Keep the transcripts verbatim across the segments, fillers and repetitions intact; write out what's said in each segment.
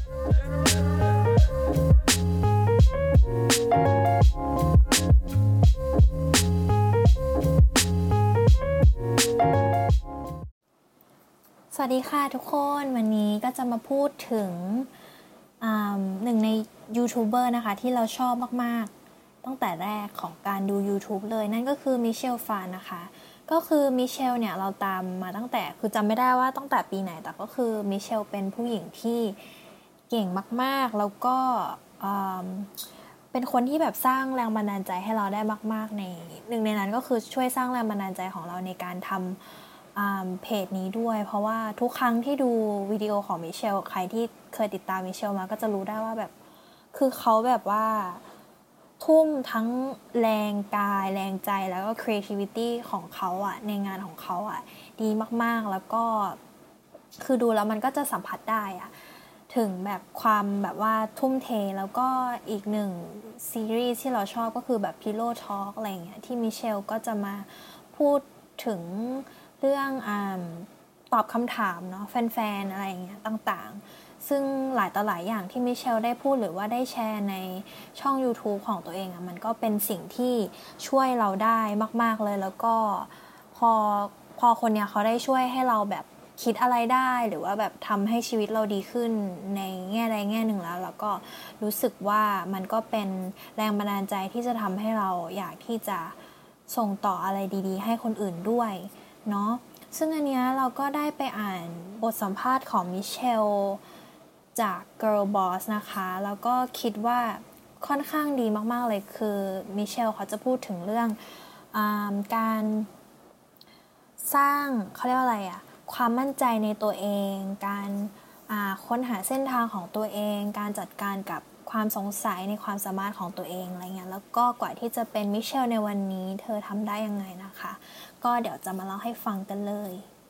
สวัสดีค่ะทุกคนวันนี้ก็จะมาพูดถึงหนึ่งในยูทูบเบอร์นะคะที่เราชอบมากๆตั้งแต่แรกของการดู YouTube เลยนั่นก็คือมิเชลฟานนะคะก็คือมิเชลเนี่ยเราตามมาตั้งแต่คือจำไม่ได้ว่าตั้งแต่ปีไหนแต่ก็คือมิเชลเป็นผู้หญิงที่เก่งมากๆแล้วก็เป็นคนที่แบบสร้างแรงบันดาลใจให้เราได้มากๆในหนึ่งในนั้นก็คือช่วยสร้างแรงบันดาลใจของเราในการทำเพจนี้ด้วยเพราะว่าทุกครั้งที่ดูวิดีโอของมิเชลใครที่เคยติดตามมิเชลมาก็จะรู้ได้ว่าแบบคือเขาแบบว่าทุ่มทั้งแรงกายแรงใจแล้วก็ creativity ของเขาอะในงานของเขาอะดีมากๆแล้วก็คือดูแล้วมันก็จะสัมผัสได้อะถึงแบบความแบบว่าทุ่มเทแล้วก็อีกหนึ่งซีรีส์ที่เราชอบก็คือแบบ Pillow Talk อะไรอย่างเงี้ยที่มิเชลก็จะมาพูดถึงเรื่องอ่าตอบคำถามเนาะแฟนๆอะไรอย่างเงี้ยต่างๆซึ่งหลายต่อหลายอย่างที่มิเชลได้พูดหรือว่าได้แชร์ในช่อง YouTube ของตัวเองอะมันก็เป็นสิ่งที่ช่วยเราได้มากๆเลยแล้วก็พอพอคนเนี้ยเขาได้ช่วยให้เราแบบคิดอะไรได้หรือว่าแบบทำให้ชีวิตเราดีขึ้นในแง่ใดแง่หนึ่งแล้วแล้วก็รู้สึกว่ามันก็เป็นแรงบันดาลใจที่จะทำให้เราอยากที่จะส่งต่ออะไรดีๆให้คนอื่นด้วยเนาะซึ่งอันเนี้ยเราก็ได้ไปอ่านบทสัมภาษณ์ของมิเชลจาก Girl Boss นะคะแล้วก็คิดว่าค่อนข้างดีมากๆเลยคือมิเชลเขาจะพูดถึงเรื่องการสร้างเขาเรียกว่าอะไรอะความมั่นใจในตัวเองการค้นหาเส้นทางของตัวเองการจัดการกับความสงสัยในความสามารถของตัวเองอะไรเงี้ยแล้วก็กว่าที่จะเป็นมิเชลในวันนี้เธอทำได้ยังไงนะคะก็เดี๋ยวจะมาเล่าให้ฟังกันเลย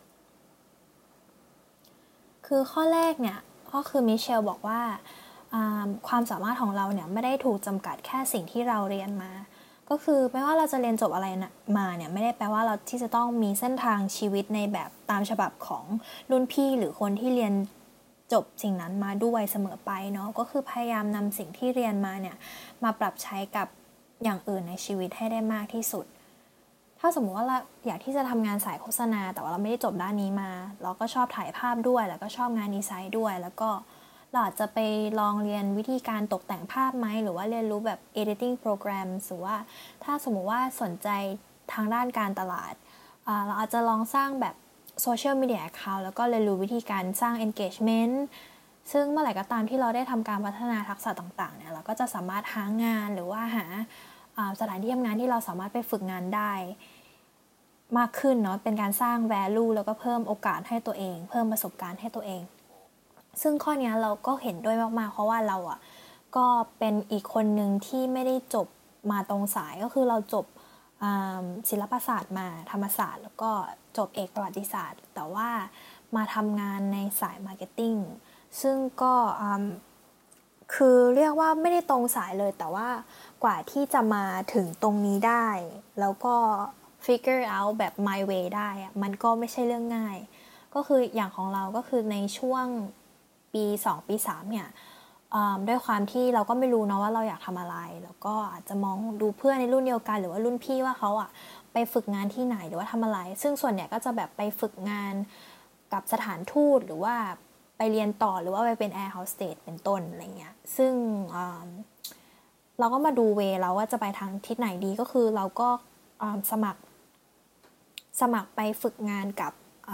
คือข้อแรกเนี่ยก็คือมิเชลบอกว่าความสามารถของเราเนี่ยไม่ได้ถูกจำกัดแค่สิ่งที่เราเรียนมาก็คือไม่ว่าเราจะเรียนจบอะไรมาเนี่ยไม่ได้แปลว่าเราที่จะต้องมีเส้นทางชีวิตในแบบตามฉบับของรุ่นพี่หรือคนที่เรียนจบสิ่งนั้นมาด้วยเสมอไปเนาะก็คือพยายามนำสิ่งที่เรียนมาเนี่ยมาปรับใช้กับอย่างอื่นในชีวิตให้ได้มากที่สุดถ้าสมมติว่าเราอยากที่จะทำงานสายโฆษณาแต่ว่าเราไม่ได้จบด้านนี้มาเราก็ชอบถ่ายภาพด้วยแล้วก็ชอบงานดีไซน์ด้วยแล้วก็เราอาจจะไปลองเรียนวิธีการตกแต่งภาพไหมหรือว่าเรียนรู้แบบ editing program หรือว่าถ้าสมมุติว่าสนใจทางด้านการตลาดเราอาจจะลองสร้างแบบ social media account แล้วก็เรียนรู้วิธีการสร้าง engagement ซึ่งเมื่อไหร่ก็ตามที่เราได้ทำการพัฒนาทักษะต่างๆเนี่ยเราก็จะสามารถหางานหรือว่าหาสถานที่ทำงานที่เราสามารถไปฝึกงานได้มากขึ้นเนาะเป็นการสร้าง value แล้วก็เพิ่มโอกาสให้ตัวเองเพิ่มประสบการณ์ให้ตัวเองซึ่งข้อนี้เราก็เห็นด้วยมากๆเพราะว่าเราอ่ะก็เป็นอีกคนนึงที่ไม่ได้จบมาตรงสายก็คือเราจบศิลปศาสตร์มาธรรมศาสตร์แล้วก็จบเอกประวัติศาสตร์แต่ว่ามาทำงานในสายมาร์เก็ตติ้งซึ่งก็คือเรียกว่าไม่ได้ตรงสายเลยแต่ว่ากว่าที่จะมาถึงตรงนี้ได้แล้วก็ figure out แบบ my way ได้อะมันก็ไม่ใช่เรื่องง่ายก็คืออย่างของเราก็คือในช่วงปีสองปีสามเนี่ยด้วยความที่เราก็ไม่รู้เนาะว่าเราอยากทำอะไรแล้วก็อาจจะมองดูเพื่อนในรุ่นเดียวกันหรือว่ารุ่นพี่ว่าเขาอะไปฝึกงานที่ไหนหรือว่าทำอะไรซึ่งส่วนใหญ่ก็จะแบบไปฝึกงานกับสถานทูตหรือว่าไปเรียนต่อหรือว่าไปเป็นแอร์โฮสเตสเป็นต้นอะไรเงี้ยซึ่งเราก็มาดูเวเราว่าจะไปทางทิศไหนดีก็คือเราก็สมัครสมัครไปฝึกงานกับ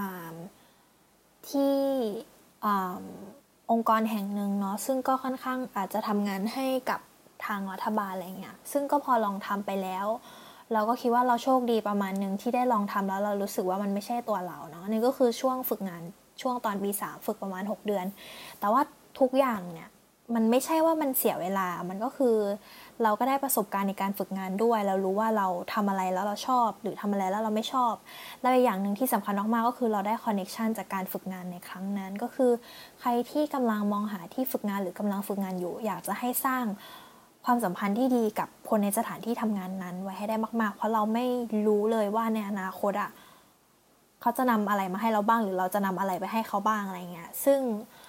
ที่องค์กรแห่งหนึ่งเนาะซึ่งก็ค่อนข้างอาจจะทำงานให้กับทางรัฐบาลอะไรเงี้ยซึ่งก็พอลองทำไปแล้วเราก็คิดว่าเราโชคดีประมาณนึงที่ได้ลองทำแล้วเรารู้สึกว่ามันไม่ใช่ตัวเราเนาะนี่ก็คือช่วงฝึกงานช่วงตอนปีสามฝึกประมาณหกเดือนแต่ว่าทุกอย่างเนี่ยมันไม่ใช่ว่ามันเสียเวลามันก็คือเราก็ได้ประสบการณ์ในการฝึกงานด้วยเรารู้ว่าเราทำอะไรแล้วเราชอบหรือทำอะไรแล้วเราไม่ชอบและอีกอย่างนึงที่สำคัญมากๆก็คือเราได้คอนเนคชันจากการฝึกงานในครั้งนั้นก็คือใครที่กำลังมองหาที่ฝึกงานหรือกำลังฝึกงานอยู่อยากจะให้สร้างความสัมพันธ์ที่ดีกับคนในสถานที่ทำงานนั้นไว้ให้ได้มากๆเพราะเราไม่รู้เลยว่าในอนาคตอ่ะเขาจะนำอะไรมาให้เราบ้างหรือเราจะนำอะไรไปให้เขาบ้างอะไรเงี้ยซึ่ง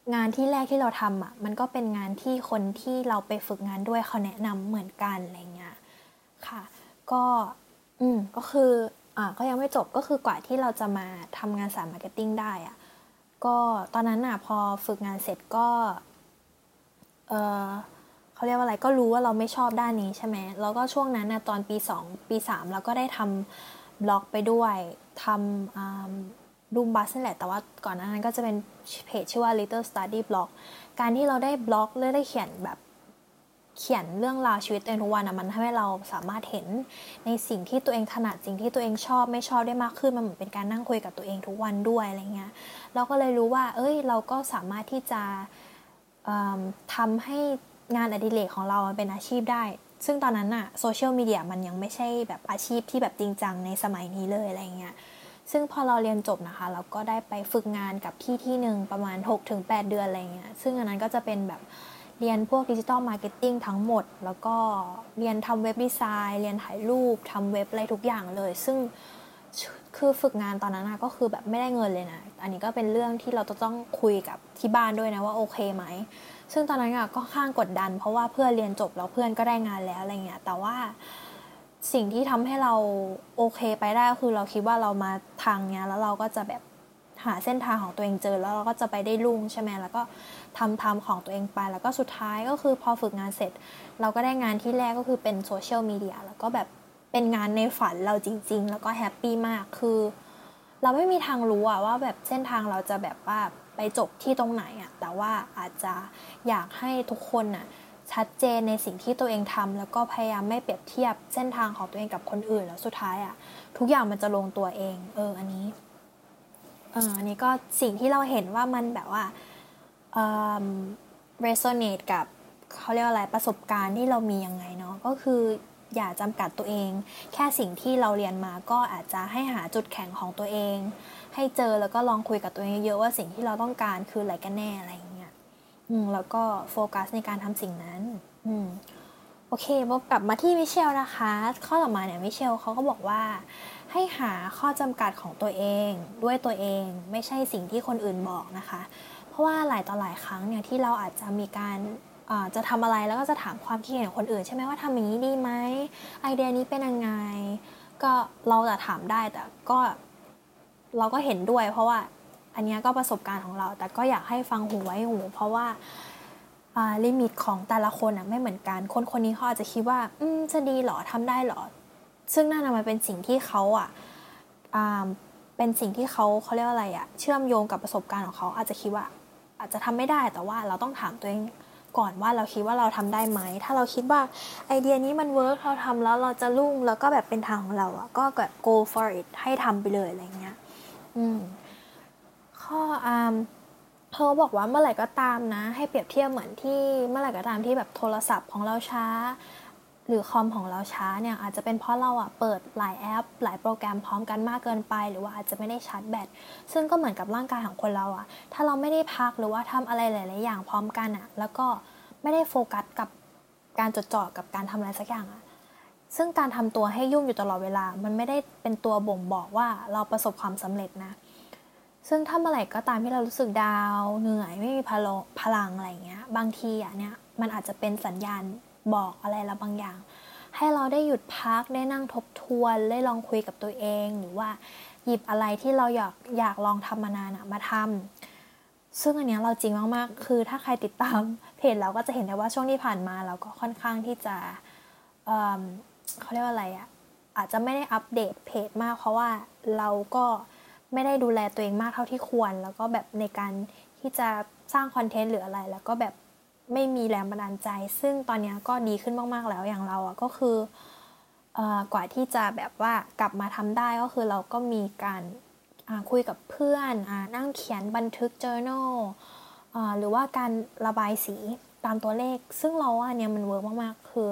งานที่แรกที่เราทำอ่ะมันก็เป็นงานที่คนที่เราไปฝึกงานด้วยเขาแนะนำเหมือนกันอะไรเงี้ยค่ะก็อืมก็คืออ่าก็ยังไม่จบก็คือกว่าที่เราจะมาทำงานสายมาร์เก็ตติ้งได้อ่ะก็ตอนนั้นอ่ะพอฝึกงานเสร็จก็เออเขาเรียกว่าอะไรก็รู้ว่าเราไม่ชอบด้านนี้ใช่ไหมแล้วก็ช่วงนั้นนะตอนปีสองปีสามเราก็ได้ทำบล็อกไปด้วยทำอ่ารูมบัสนี่แหละแต่ว่าก่อนหน้านั้นก็จะเป็นเพจชื่อว่า Little Study Blog การที่เราได้บล็อกหรือได้เขียนแบบเขียนเรื่องราวชีวิตตัวเองทุกวันนะมันทำให้เราสามารถเห็นในสิ่งที่ตัวเองถนัดสิ่งที่ตัวเองชอบไม่ชอบได้มากขึ้นมันเหมือนเป็นการนั่งคุยกับตัวเองทุกวันด้วยอะไรเงี้ยเราก็เลยรู้ว่าเอ้ยเราก็สามารถที่จะทำให้งานอดิเรกของเราเป็นอาชีพได้ซึ่งตอนนั้นอะโซเชียลมีเดียมันยังไม่ใช่แบบอาชีพที่แบบจริงจังในสมัยนี้เลยอะไรเงี้ยซึ่งพอเราเรียนจบนะคะเราก็ได้ไปฝึกงานกับที่ที่หนึ่งประมาณ หกถึงแปด เดือนอะไรเงี้ยซึ่งอันนั้นก็จะเป็นแบบเรียนพวกดิจิทัลมาร์เก็ตติ้งทั้งหมดแล้วก็เรียนทำเว็บดีไซน์เรียนถ่ายรูปทำเว็บอะไรทุกอย่างเลยซึ่งคือฝึกงานตอนนั้นก็คือแบบไม่ได้เงินเลยนะอันนี้ก็เป็นเรื่องที่เราจะต้องคุยกับที่บ้านด้วยนะว่าโอเคไหมซึ่งตอนนั้นก็ข้างกดดันเพราะว่าเพื่อนเรียนจบแล้วเพื่อนก็ได้งานแล้วอะไรเงี้ยแต่ว่าสิ่งที่ทำให้เราโอเคไปได้ก็คือเราคิดว่าเรามาทางเนี้ยแล้วเราก็จะแบบหาเส้นทางของตัวเองเจอแล้วเราก็จะไปได้รุ่งใช่ไหมแล้วก็ทำทำของตัวเองไปแล้วก็สุดท้ายก็คือพอฝึกงานเสร็จเราก็ได้งานที่แรกก็คือเป็นโซเชียลมีเดียแล้วก็แบบเป็นงานในฝันเราจริงๆแล้วก็แฮปปี้มากคือเราไม่มีทางรู้อะว่าแบบเส้นทางเราจะแบบว่าไปจบที่ตรงไหนอะแต่ว่าอาจจะอยากให้ทุกคนอะชัดเจนในสิ่งที่ตัวเองทำแล้วก็พยายามไม่เปรียบเทียบเส้นทางของตัวเองกับคนอื่นแล้วสุดท้ายอะทุกอย่างมันจะลงตัวเองเอออันนี้เอออันนี้ก็สิ่งที่เราเห็นว่ามันแบบว่าเอ่อ resonate กับเขาเรียกว่าอะไรประสบการณ์ที่เรามียังไงเนาะก็คืออย่าจำกัดตัวเองแค่สิ่งที่เราเรียนมาก็อาจจะให้หาจุดแข็งของตัวเองให้เจอแล้วก็ลองคุยกับตัวเองเยอะว่าสิ่งที่เราต้องการคืออะไรกันแน่อะไรอย่างเงี้ยอืมแล้วก็โฟกัสในการทำสิ่งนั้นอืมโอเคพบกลับมาที่มิเชลนะคะข้อต่อมาเนี่ยมิเชลเขาก็บอกว่าให้หาข้อจำกัดของตัวเองด้วยตัวเองไม่ใช่สิ่งที่คนอื่นบอกนะคะเพราะว่าหลายต่อหลายครั้งเนี่ยที่เราอาจจะมีการจะทำอะไรแล้วก็จะถามความคิดเห็นของคนอื่นใช่ไหมว่าทำอย่างนี้ดีไหมไอเดียนี้เป็นยังไงก็เราจะถามได้แต่ก็เราก็เห็นด้วยเพราะว่าอันนี้ก็ประสบการณ์ของเราแต่ก็อยากให้ฟังหูไว้หูเพราะว่าลิมิตของแต่ละคนอ่ะไม่เหมือนกันคนคนนี้เขาอาจจะคิดว่าอืมจะดีหรอทำได้หรอซึ่งนั่นมันเป็นสิ่งที่เขาอ่ะเป็นสิ่งที่เขาเขาเรียกว่าอะไรอ่ะเชื่อมโยงกับประสบการณ์ของเขาอาจจะคิดว่าอาจจะทำไม่ได้แต่ว่าเราต้องถามตัวเองก่อนว่าเราคิดว่าเราทำได้ไหมถ้าเราคิดว่าไอเดียนี้มันเวิร์กเราทำแล้วเราจะรุ่งแล้วก็แบบเป็นทางของเราอ่ะก็แบบ go for it ให้ทำไปเลยอะไรเงี้ยอืมข้ออ่าเขาบอกว่าเมื่อไหร่ก็ตามนะให้เปรียบเทียบเหมือนที่เมื่อไหร่ก็ตามที่แบบโทรศัพท์ของเราช้าหรือคอมของเราช้าเนี่ยอาจจะเป็นเพราะเราอ่ะเปิดหลายแอปหลายโปรแกรมพร้อมกันมากเกินไปหรือว่าอาจจะไม่ได้ชาร์จแบตซึ่งก็เหมือนกับร่างกายของคนเราอ่ะถ้าเราไม่ได้พักหรือว่าทำอะไรหลายๆอย่างพร้อมกันอ่ะแล้วก็ไม่ได้โฟกัสกับการจดจ่อกับการทำอะไรสักอย่างอ่ะซึ่งการทำตัวให้ยุ่งอยู่ตลอดเวลามันไม่ได้เป็นตัวบ่งบอกว่าเราประสบความสำเร็จนะซึ่งถ้าเมื่อไหร่ก็ตามที่เรารู้สึกดาวเหนื่อยไม่มีพลังพลังอะไรเงี้ยบางทีอ่ะเนี่ยมันอาจจะเป็นสัญญาณบอกอะไรเราบางอย่างให้เราได้หยุดพักได้นั่งทบทวนได้ลองคุยกับตัวเองหรือว่าหยิบอะไรที่เราอยากอยากลองทำมานานมาทำซึ่งอันเนี้ยเราจริงมากๆคือถ้าใครติดตามเพจเราก็จะเห็นได้ว่าช่วงที่ผ่านมาเราก็ค่อนข้างที่จะ เอ่อเขาเรียกว่าอะไรอ่ะอาจจะไม่ได้อัปเดตเพจมากเพราะว่าเราก็ไม่ได้ดูแลตัวเองมากเท่าที่ควรแล้วก็แบบในการที่จะสร้างคอนเทนต์หรืออะไรแล้วก็แบบไม่มีแรงบันดาลใจซึ่งตอนนี้ก็ดีขึ้นมากๆแล้วอย่างเราอ่ะก็คือกว่าที่จะแบบว่ากลับมาทำได้ก็คือเราก็มีการคุยกับเพื่อนนั่งเขียนบันทึก journal หรือว่าการระบายสีตามตัวเลขซึ่งเราว่าเนี่ยมันเวิร์กมากๆคือ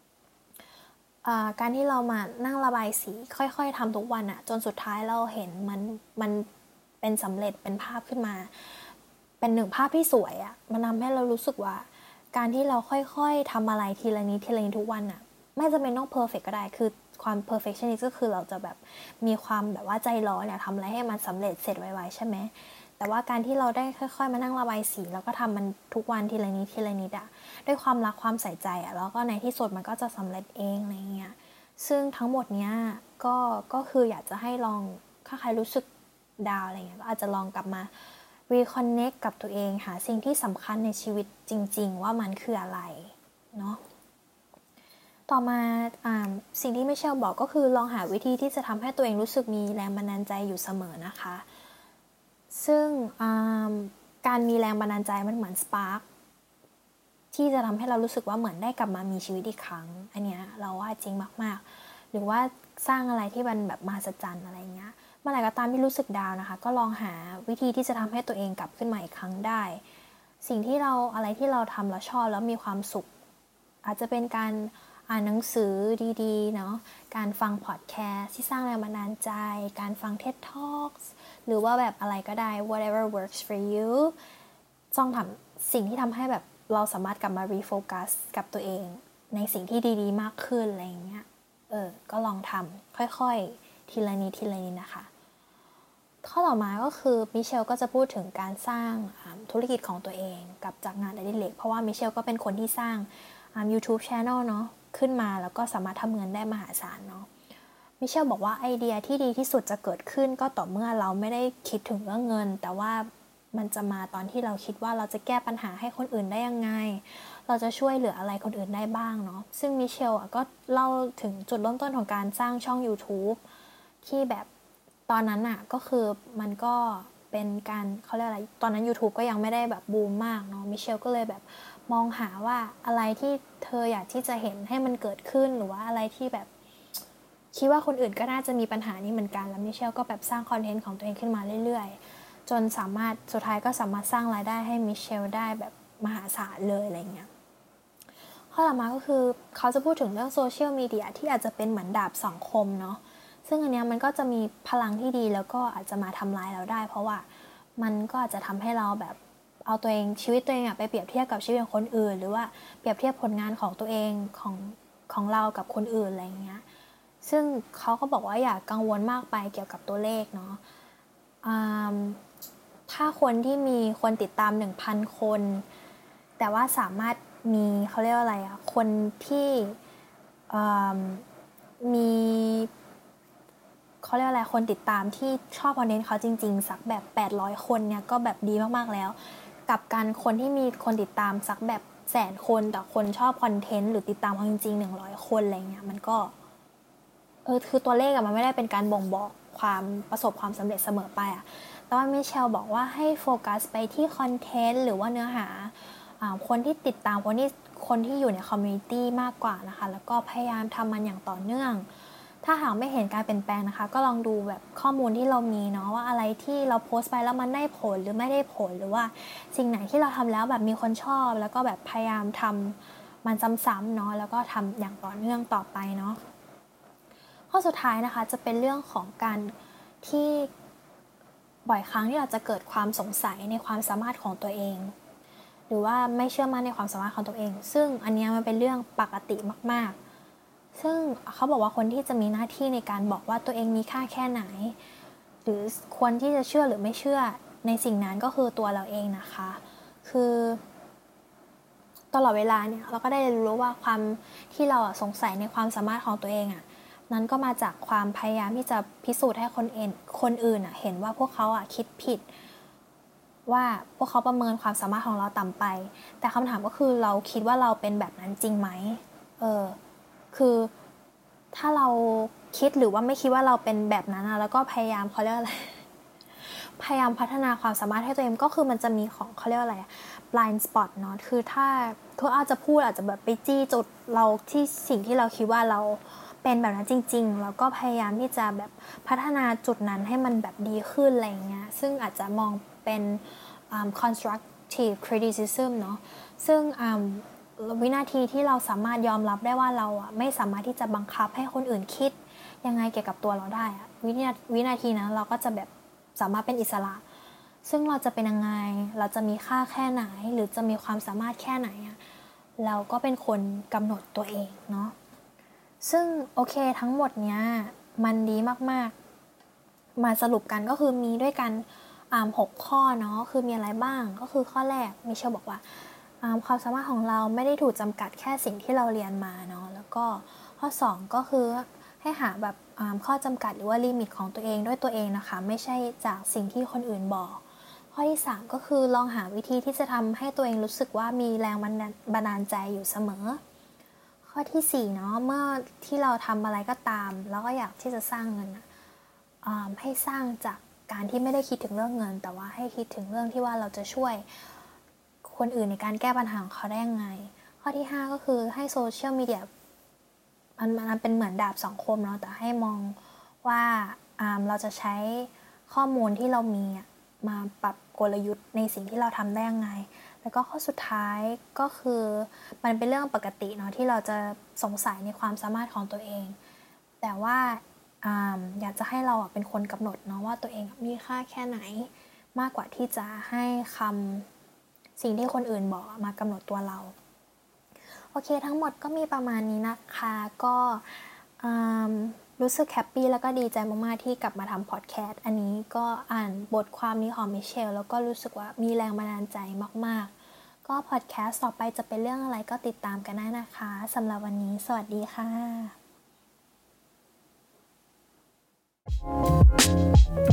การที่เรามานั่งระบายสีค่อยๆทำทุกวันอะจนสุดท้ายเราเห็นมันมันเป็นสำเร็จเป็นภาพขึ้นมาเป็นหนึ่งภาพที่สวยอะมันทำให้เรารู้สึกว่าการที่เราค่อยๆทำอะไรทีละนิดทีละนิดทุกวันอะไม่จำเป็นต้องเพอร์เฟกต์ก็ได้คือความ perfectionist ก็คือเราจะแบบมีความแบบว่าใจร้อนอยากทำอะไรให้มันสำเร็จเสร็จไวๆใช่ไหมแต่ว่าการที่เราได้ค่อยๆมานั่งระบายสีแล้วก็ทำมันทุกวันทีละนิดทีละนิดอะด้วยความรักความใส่ใจอะแล้วก็ในที่สุดมันก็จะสำเร็จเองอะไรเงี้ยซึ่งทั้งหมดเนี้ยก็ก็คืออยากจะให้ลองถ้าใครรู้สึกดาวอะไรเงี้ยก็อาจจะลองกลับมา reconnect กับตัวเองหาสิ่งที่สำคัญในชีวิตจริงๆว่ามันคืออะไรเนาะต่อมาสิ่งที่มิเชลบอกก็คือลองหาวิธีที่จะทำให้ตัวเองรู้สึกมีแรงบันดาลใจอยู่เสมอนะคะซึ่งการมีแรงบันดาลใจมันเหมือนสปาร์คที่จะทำให้เรารู้สึกว่าเหมือนได้กลับมามีชีวิตอีกครั้งอันเนี้ยเราว่าจริงมากๆหรือว่าสร้างอะไรที่มันแบบมหัศจรรย์อะไรเงี้ยเมื่อไหร่ก็ตามที่รู้สึกดาวนะคะก็ลองหาวิธีที่จะทำให้ตัวเองกลับขึ้นมาอีกครั้งได้สิ่งที่เราอะไรที่เราทำแล้วชอบแล้วมีความสุขอาจจะเป็นการอ่านหนังสือดีๆเนาะการฟังพอดแคสต์ที่สร้างแรงบันดาลใจการฟัง เท็ด Talks หรือว่าแบบอะไรก็ได้ whatever works for you ต้องทำสิ่งที่ทำให้แบบเราสามารถกลับมา refocus กับตัวเองในสิ่งที่ดีๆมากขึ้นอะไรอย่างเงี้ยเออก็ลองทำค่อยๆทีละนิดทีละนิดนะคะข้อต่อมาก็คือมิเชลก็จะพูดถึงการสร้างธุรกิจของตัวเองกับจากงานอดิเรกเพราะว่ามิเชลก็เป็นคนที่สร้าง YouTube Channel เนาะขึ้นมาแล้วก็สามารถทำเงินได้มหาศาลเนาะมิเชลบอกว่าไอเดียที่ดีที่สุดจะเกิดขึ้นก็ต่อเมื่อเราไม่ได้คิดถึงเรื่องเงินแต่ว่ามันจะมาตอนที่เราคิดว่าเราจะแก้ปัญหาให้คนอื่นได้ยังไงเราจะช่วยเหลืออะไรคนอื่นได้บ้างเนาะซึ่งมิเชลก็เล่าถึงจุดเริ่มต้นของการสร้างช่อง YouTube ที่แบบตอนนั้นอ่ะก็คือมันก็เป็นการเขาเรียกอะไรตอนนั้น YouTube ก็ยังไม่ได้แบบบูมมากเนาะมิเชลก็เลยแบบมองหาว่าอะไรที่เธออยากที่จะเห็นให้มันเกิดขึ้นหรือว่าอะไรที่แบบคิดว่าคนอื่นก็น่าจะมีปัญหานี้เหมือนกันแล้วมิเชลก็แบบสร้างคอนเทนต์ของตัวเองขึ้นมาเรื่อยๆจนสามารถสุดท้ายก็สามารถสร้างรายได้ให้มิเชลได้แบบมหาศาลเลยอะไรเงี้ยข้อต่อมาก็คือเขาจะพูดถึงเรื่องโซเชียลมีเดียที่อาจจะเป็นเหมือนดาบสองคมเนาะซึ่งอันเนี้ยมันก็จะมีพลังที่ดีแล้วก็อาจจะมาทำร้ายเราได้เพราะว่ามันก็อาจจะทำให้เราแบบเอาตัวเองชีวิตตัวเองอะไปเปรียบเทียบกับชีวิตของคนอื่นหรือว่าเปรียบเทียบผลงานของตัวเองของของเรากับคนอื่นอะไรเงี้ยซึ่งเขาก็บอกว่าอย่ากังวลมากไปเกี่ยวกับตัวเลขเนาะถ้าคนที่มีคนติดตาม หนึ่งพัน คนแต่ว่าสามารถมีเขาเรียกว่าอะไรอะคนที่มีเขาเรียกอะไรคนติดตามที่ชอบคอนเทนต์เขาจริงๆสักแบบแปดร้อยคนเนี่ยก็แบบดีมากๆแล้วกับการคนที่มีคนติดตามสักแบบแสนคนแต่คนชอบคอนเทนต์หรือติดตามเขาจริงๆหนึ่งร้อยคนอะไรเงี้ยมันก็เออคือตัวเลขอะมันไม่ได้เป็นการบ่งบอกความประสบความสำเร็จเสมอไปอะแต่ว่ามิเชลบอกว่าให้โฟกัสไปที่คอนเทนต์หรือว่าเนื้อหาคนที่ติดตามคนที่คนที่อยู่ในคอมมูนิตี้มากกว่านะคะแล้วก็พยายามทำมันอย่างต่อเนื่องถ้าหากไม่เห็นการเปลี่ยนแปลงนะคะก็ลองดูแบบข้อมูลที่เรามีเนาะว่าอะไรที่เราโพสต์ไปแล้วมันได้ผลหรือไม่ได้ผลหรือว่าสิ่งไหนที่เราทำแล้วแบบมีคนชอบแล้วก็แบบพยายามทำมันซ้ำๆเนาะแล้วก็ทำอย่างต่อเนื่องต่อไปเนาะข้อสุดท้ายนะคะจะเป็นเรื่องของการที่บ่อยครั้งที่เราจะเกิดความสงสัยในความสามารถของตัวเองหรือว่าไม่เชื่อมั่นในความสามารถของตัวเองซึ่งอันนี้มันเป็นเรื่องปกติมากๆซึ่งเขาบอกว่าคนที่จะมีหน้าที่ในการบอกว่าตัวเองมีค่าแค่ไหนหรือควรที่จะเชื่อหรือไม่เชื่อในสิ่งนั้นก็คือตัวเราเองนะคะคือตลอดเวลาเนี่ยเราก็ได้รู้ว่าความที่เราสงสัยในความสามารถของตัวเองอ่ะนั้นก็มาจากความพยายามที่จะพิสูจน์ให้คนอื่นคนอื่นอ่ะเห็นว่าพวกเขาอ่ะคิดผิดว่าพวกเขาประเมินความสามารถของเราต่ำไปแต่คำถามก็คือเราคิดว่าเราเป็นแบบนั้นจริงไหมเออคือถ้าเราคิดหรือว่าไม่คิดว่าเราเป็นแบบนั้นนะแล้วก็พยายามเขาเรียกอะไรพยายามพัฒนาความสามารถให้ตัวเองก็คือมันจะมีของเขาเรียกอะไร blind spot เนาะคือถ้าเขาอาจจะพูดอาจจะแบบไปจี้จุดเราที่สิ่งที่เราคิดว่าเราเป็นแบบนั้นจริงๆแล้วก็พยายามที่จะแบบพัฒนาจุดนั้นให้มันแบบดีขึ้นอะไรเงี้ยซึ่งอาจจะมองเป็น um, constructive criticism เนาะซึ่ง um, วินาทีที่เราสามารถยอมรับได้ว่าเราอ่ะไม่สามารถที่จะบังคับให้คนอื่นคิดยังไงเกี่ยวกับตัวเราได้อ่ะวินาวินาทีนั้นเราก็จะแบบสามารถเป็นอิสระซึ่งเราจะเป็นยังไงเราจะมีค่าแค่ไหนหรือจะมีความสามารถแค่ไหนอ่ะเราก็เป็นคนกำหนดตัวเองเนาะซึ่งโอเคทั้งหมดเนี้ยมันดีมากๆมาสรุปกันก็คือมีด้วยกันอ่าหกข้อเนาะคือมีอะไรบ้างก็คือข้อแรกมิเชลบอกว่าความสามารถของเราไม่ได้ถูกจำกัดแค่สิ่งที่เราเรียนมาเนาะแล้วก็ข้อสองก็คือให้หาแบบข้อจำกัดหรือว่าลิมิตของตัวเองด้วยตัวเองนะคะไม่ใช่จากสิ่งที่คนอื่นบอกข้อที่สามก็คือลองหาวิธีที่จะทำให้ตัวเองรู้สึกว่ามีแรงบันดาลใจอยู่เสมอข้อที่สี่เนาะเมื่อที่เราทำอะไรก็ตามแล้วก็อยากที่จะสร้างเงินให้สร้างจากการที่ไม่ได้คิดถึงเรื่องเงินแต่ว่าให้คิดถึงเรื่องที่ว่าเราจะช่วยคนอื่นในการแก้ปัญหาของเขาได้ยังไงข้อที่ห้าก็คือให้โซเชียลมีเดียมันมันเป็นเหมือนดาบสองคมเนาะแต่ให้มองว่าเราจะใช้ข้อมูลที่เรามีมาปรับกลยุทธ์ในสิ่งที่เราทำได้ยังไงแล้วก็ข้อสุดท้ายก็คือมันเป็นเรื่องปกติเนาะที่เราจะสงสัยในความสามารถของตัวเองแต่ว่าอยากจะให้เราเป็นคนกำหนดเนาะว่าตัวเองมีค่าแค่ไหนมากกว่าที่จะให้คำสิ่งที่คนอื่นบอกมากำหนดตัวเราโอเคทั้งหมดก็มีประมาณนี้นะคะก็รู้สึกแฮปปี้แล้วก็ดีใจมากๆที่กลับมาทำพอดแคสต์อันนี้ก็อ่านบทความนี้ของมิเชลแล้วก็รู้สึกว่ามีแรงบันดาลใจมากๆก็พอดแคสต์ต่อไปจะเป็นเรื่องอะไรก็ติดตามกันได้นะคะสำหรับวันนี้สวัสดีค่ะ